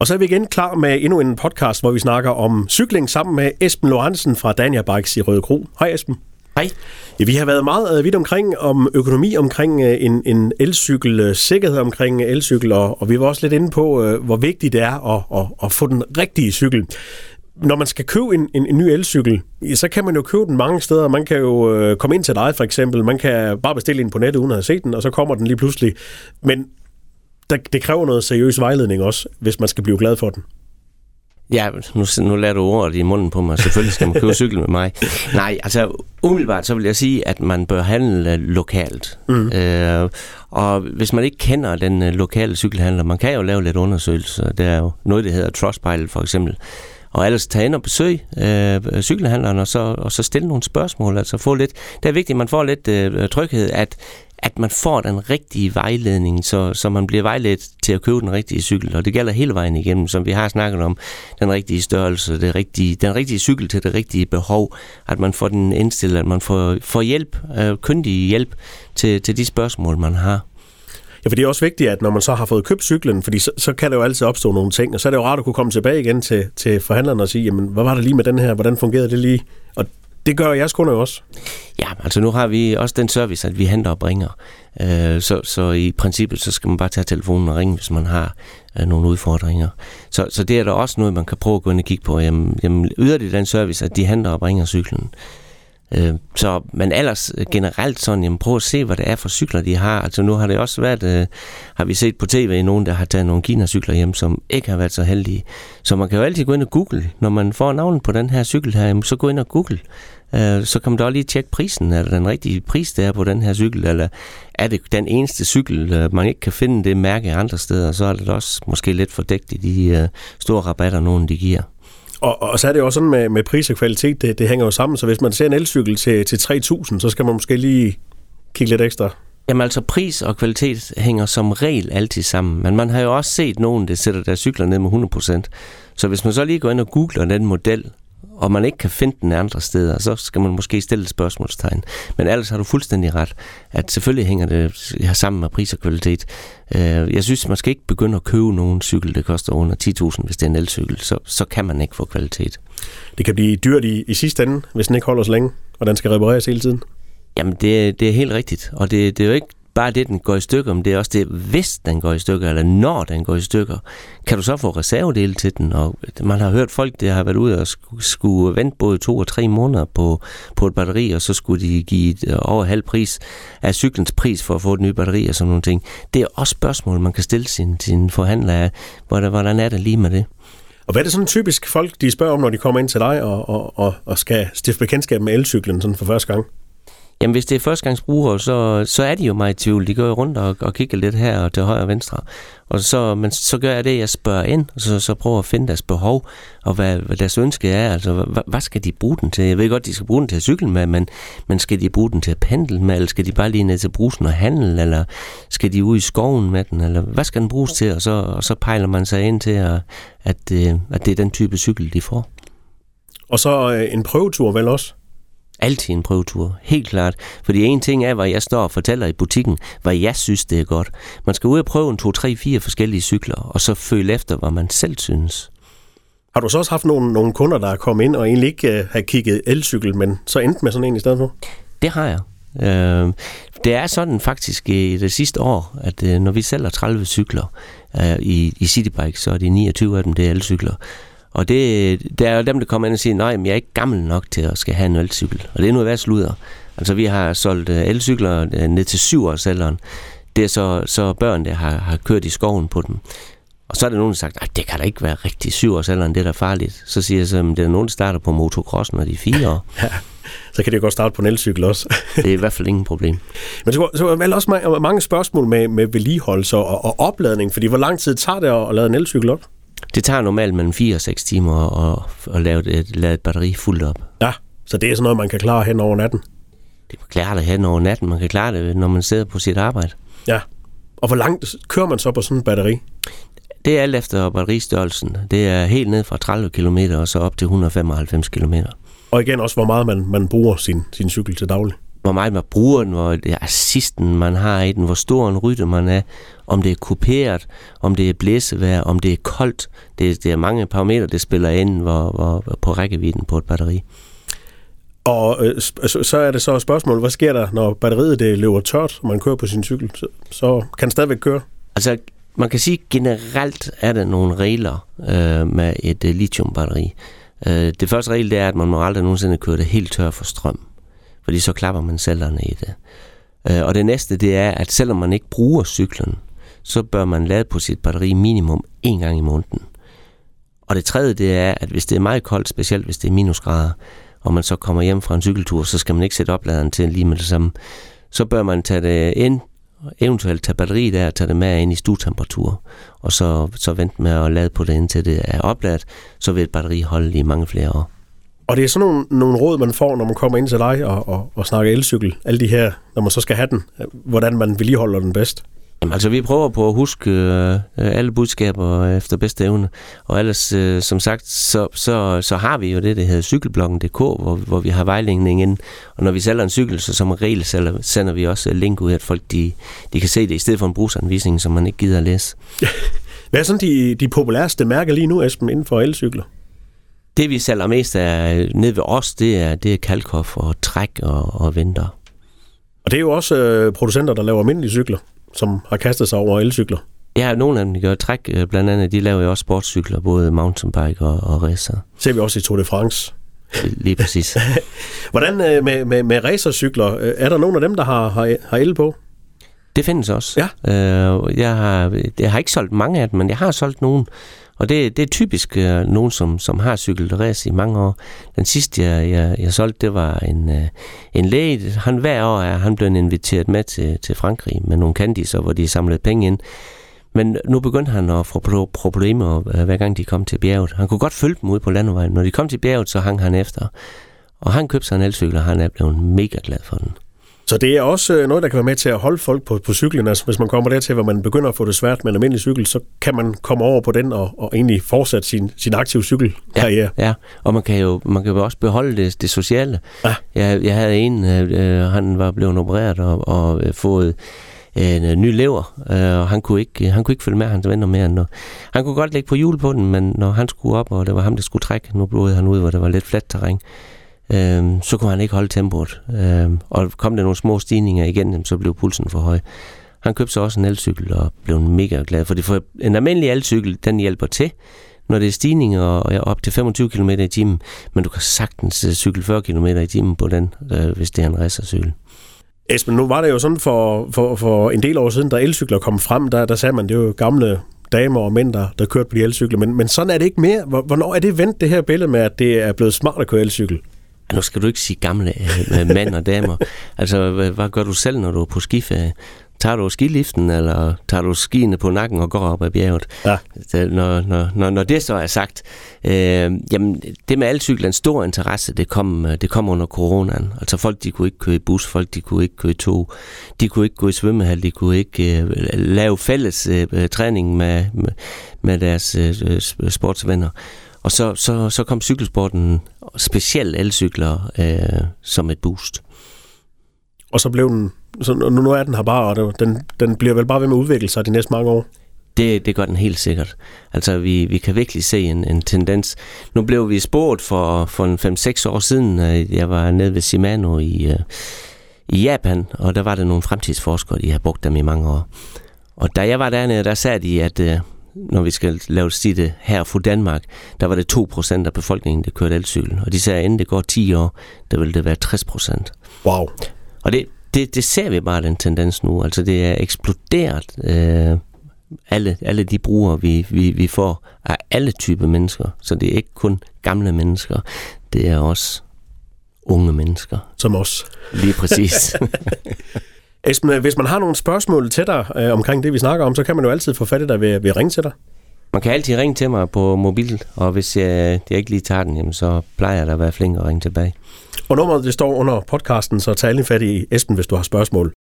Og så er vi igen klar med endnu en podcast, hvor vi snakker om cykling sammen med Esben Lorentzen fra Dania Bikes i Rødekro. Hej Esben. Hej. Ja, vi har været meget vidt omkring om økonomi omkring en elcykel, sikkerhed omkring elcykel, og vi var også lidt inde på, hvor vigtigt det er at få den rigtige cykel. Når man skal købe en ny elcykel, så kan man jo købe den mange steder. Man kan jo komme ind til dig for eksempel. Man kan bare bestille en på nettet uden at have set den, og så kommer den lige pludselig. Men det kræver noget seriøs vejledning også, hvis man skal blive glad for den. Ja, nu lader du ordet i munden på mig. Selvfølgelig skal man købe cykel med mig. Nej, altså umiddelbart så vil jeg sige, at man bør handle lokalt. Og hvis man ikke kender den lokale cykelhandler, man kan jo lave lidt undersøgelser. Der er jo noget, der hedder Trustpilot for eksempel. Og ellers tage ind og besøge cykelhandleren, og så stille nogle spørgsmål. Altså få lidt, det er vigtigt, at man får lidt tryghed, at man får den rigtige vejledning, så man bliver vejledt til at købe den rigtige cykel. Og det gælder hele vejen igennem, som vi har snakket om, den rigtige størrelse, den rigtige cykel til det rigtige behov, at man får den indstillet, at man får hjælp, kyndig hjælp til de spørgsmål, man har. Ja, for det er også vigtigt, at når man så har fået købt cyklen, fordi så kan der jo altid opstå nogle ting, og så er det jo rart at kunne komme tilbage igen til forhandleren og sige, jamen, hvad var det lige med den her, hvordan fungerede det lige? Og det gør jeres kunder jo også. Ja, altså nu har vi også den service, at vi henter og bringer. Så i princippet, så skal man bare tage telefonen og ringe, hvis man har nogle udfordringer. Så det er der også noget, man kan prøve at gå ind og kigge på. Jamen yder det den service, at de henter og bringer cyklen. Men ellers generelt sådan, jamen prøv at se, hvad det er for cykler, de har. Altså nu har det også været, har vi set på tv, nogen, der har taget nogle Kina-cykler hjem, som ikke har været så heldige. Så man kan jo altid gå ind og google, når man får navnet på den her cykel her, jamen, så gå ind og google. Så kan man da lige tjekke prisen. Er det den rigtige pris, der er på den her cykel, eller er det den eneste cykel, man ikke kan finde det mærke andre steder, så er det også måske lidt fordækt i de store rabatter, nogen de giver. Og så er det jo også sådan med pris og kvalitet, det hænger jo sammen, så hvis man ser en elcykel til 3.000, så skal man måske lige kigge lidt ekstra. Jamen altså pris og kvalitet hænger som regel altid sammen, men man har jo også set nogen, der sætter deres cykler ned med 100%. Så hvis man så lige går ind og googler den model, og man ikke kan finde den andre steder, så skal man måske stille et spørgsmålstegn. Men ellers har du fuldstændig ret, at selvfølgelig hænger det sammen med pris og kvalitet. Jeg synes, man skal ikke begynde at købe nogen cykel, der koster under 10.000, hvis det er en elcykel. Så kan man ikke få kvalitet. Det kan blive dyrt i sidste ende, hvis den ikke holder så længe, og den skal repareres hele tiden. Jamen, det er helt rigtigt. Og det er jo ikke bare det, den går i stykker, men det er også det, hvis den går i stykker, eller når den går i stykker, kan du så få reservedele til den. Og man har hørt folk, der har været ude og skulle vente både 2 og 3 måneder på et batteri, og så skulle de give over halv pris af cyklens pris for at få et nyt batteri og sådan nogle ting. Det er også spørgsmål, man kan stille sin forhandler af, hvordan er det lige med det. Og hvad er det sådan typisk folk, de spørger om, når de kommer ind til dig og skal stifte bekendtskab med elcyklen sådan for første gang? Jamen, hvis det er førstegangsbrugere, så er de jo meget i tvivl. De går jo rundt og kigger lidt her og til højre og venstre. Men så gør jeg det, jeg spørger ind, og så prøver at finde deres behov, og hvad deres ønske er. Altså, hvad skal de bruge den til? Jeg ved godt, de skal bruge den til at cykle med, men skal de bruge den til at pendle med, eller skal de bare lige ned til Brugsen og handle, eller skal de ud i skoven med den, eller hvad skal den bruges til? Og så pejler man sig ind til, at det er den type cykel, de får. Og så en prøvetur vel også? Altid en prøvetur, helt klart. Fordi en ting er, hvad jeg står og fortæller i butikken, hvad jeg synes, det er godt. Man skal ud og prøve 2, 3, 4 forskellige cykler, og så føle efter, hvad man selv synes. Har du så også haft nogle kunder, der er kommet ind og egentlig ikke har kigget elcykel, men så endte med sådan en i stedet for? Det har jeg. Det er sådan faktisk i det sidste år, at når vi sælger 30 cykler i Citybike, så er de 29 af dem, det er elcykler. Og det er jo dem, der kommer ind og siger, nej, men jeg er ikke gammel nok til at skal have en elcykel. Og det er noget værd sludder. Altså, vi har solgt elcykler ned til 7-årsalderen. Det er så børn, der har kørt i skoven på dem. Og så er der nogen, der har sagt, nej, det kan da ikke være rigtig 7-årsalderen, det er da farligt. Så siger jeg så, det er nogen, der starter på motocross, når de er 4 år. Ja, så kan det jo godt starte på en elcykel også. Det er i hvert fald ingen problem. Men så er vel også mange spørgsmål med vedligeholdelse og opladning, fordi hvor lang tid tager det at lade en elcykel op? Det tager normalt mellem 4 og 6 timer at lade et batteri fuldt op. Ja, så det er sådan noget, man kan klare hen over natten? Det kan klare det hen over natten. Man kan klare det, når man sidder på sit arbejde. Ja, og hvor langt kører man så på sådan en batteri? Det er alt efter batteristørrelsen. Det er helt ned fra 30 km og så op til 195 km. Og igen også, hvor meget man bruger sin cykel til daglig? hvor meget man bruger den, hvor det er assisten, man har i den, hvor stor en rytte man er, om det er kuperet, om det er blæsevejr, om det er koldt. Det er mange parametre, det spiller ind på rækkevidden på et batteri. Og så er det så et spørgsmål, hvad sker der, når batteriet det løber tørt, og man kører på sin cykel? Så kan den stadigvæk køre? Altså, man kan sige, generelt er der nogle regler med et lithiumbatteri. Det første regel det er, at man må aldrig nogensinde køre det helt tør for strøm, fordi så klapper man cellerne i det. Og det næste det er, at selvom man ikke bruger cyklen, så bør man lade på sit batteri minimum 1 gang i måneden. Og det tredje det er, at hvis det er meget koldt, specielt hvis det er minusgrader, og man så kommer hjem fra en cykeltur, så skal man ikke sætte opladeren til lige med det samme. Så bør man tage det ind, eventuelt tage batteriet der og tage det med ind i stuetemperatur, og så vente med at lade på det, indtil det er opladet, så vil et batteri holde i mange flere år. Og det er sådan nogle råd, man får, når man kommer ind til dig og snakker elcykel. Alle de her, når man så skal have den, hvordan man vedligeholder den bedst. Jamen, altså, vi prøver på at huske alle budskaber efter bedste evne. Og ellers, som sagt, så har vi jo det, der hedder cykelbloggen.dk, hvor vi har vejledning ind. Og når vi sælger en cykel, så som regel sender vi også link ud, at folk de kan se det, i stedet for en brugsanvisning, som man ikke gider at læse. Hvad er sådan de populæreste mærker lige nu, Esben, inden for elcykler? Det, vi sælger mest af nede ved os, det er Kalkoff og Træk og Venter. Og det er jo også producenter, der laver almindelige cykler, som har kastet sig over elcykler. Ja, nogle af dem gør. Træk blandt andet, de laver jo også sportscykler, både mountainbike og racer. Ser vi også i Tour de France. Lige præcis. Hvordan med racercykler? Er der nogen af dem, der har el på? Det findes også. Ja. Jeg har ikke solgt mange af dem, men jeg har solgt nogen. Og det er typisk nogen, som har cyklet race i mange år. Den sidste, jeg solgte, det var en læge. Hver år er han blevet inviteret med til Frankrig med nogle candiser, hvor de samlede penge ind. Men nu begyndte han at få problemer, hver gang de kom til bjerget. Han kunne godt følge dem ude på landevejen. Når de kom til bjerget, så hang han efter. Og han købte sig en elcykel, og han er blevet mega glad for den. Så det er også noget, der kan være med til at holde folk på cyklen. Altså, hvis man kommer dertil, hvor man begynder at få det svært med en almindelig cykel, så kan man komme over på den og egentlig fortsætte sin aktive cykelkarriere. Ja, og man kan jo også beholde det sociale. Ja. Jeg havde en, han var blevet opereret og fået en ny lever, og han kunne ikke følge med hans venner mere. Han kunne godt lægge på hjul på den, men når han skulle op, og det var ham, der skulle trække, nu blodede han ud, hvor det var lidt fladt terræn. Så kunne han ikke holde tempoet. Og kom der nogle små stigninger igen, så blev pulsen for høj. Han købte så også en elcykel og blev mega glad, fordi for en almindelig elcykel, den hjælper til, når det er stigninger og op til 25 km i timen, men du kan sagtens cykle 40 km i timen på den, hvis det er en racercykel. Esben, nu var det jo sådan for en del år siden, da elcykler kom frem, der sagde man, det er jo gamle damer og mænd, der kørte på de elcykler, men sådan er det ikke mere. Hvornår er det vendt, det her billede med, at det er blevet smart at køre elcykel? Nu skal du ikke sige gamle mænd og damer. Altså, hvad gør du selv, når du er på skiferie? Tager du skiliften, eller tager du skiene på nakken og går op ad bjerget? Ja. Når det så er sagt, jamen, det med elcykler, en stor interesse, det kom under coronaen. Altså, folk, de kunne ikke køre i bus, folk, de kunne ikke køre i tog, de kunne ikke gå i svømmehal, de kunne ikke lave fælles træning med deres sportsvenner. Og så kom cykelsporten, specielt elcykler, som et boost. Og så blev den, så nu er den her bare, og den bliver vel bare ved med at udvikle sig de næste mange år? Det gør den helt sikkert. Altså, vi kan virkelig se en tendens. Nu blev vi spurgt for en 5-6 år siden, jeg var nede ved Shimano i Japan, og der var der nogle fremtidsforskere, de har brugt dem i mange år. Og da jeg var dernede, der sagde de, at når vi skal lave det her fra Danmark, der var det 2% af befolkningen, der kørte elcykel. Og de sagde, at inden det går 10 år, der vil det være 60%. Wow. Og det ser vi bare, den tendens nu. Altså, det er eksploderet. Alle de brugere, vi får, af alle typer mennesker. Så det er ikke kun gamle mennesker. Det er også unge mennesker. Som os. Lige præcis. Esben, hvis man har nogle spørgsmål til dig omkring det, vi snakker om, så kan man jo altid få fat i dig ved at ringe til dig. Man kan altid ringe til mig på mobil, og hvis jeg ikke lige tager den, jamen, så plejer jeg da at være flink at ringe tilbage. Og nummeret, det står under podcasten, så tag lige fat i Esben, hvis du har spørgsmål.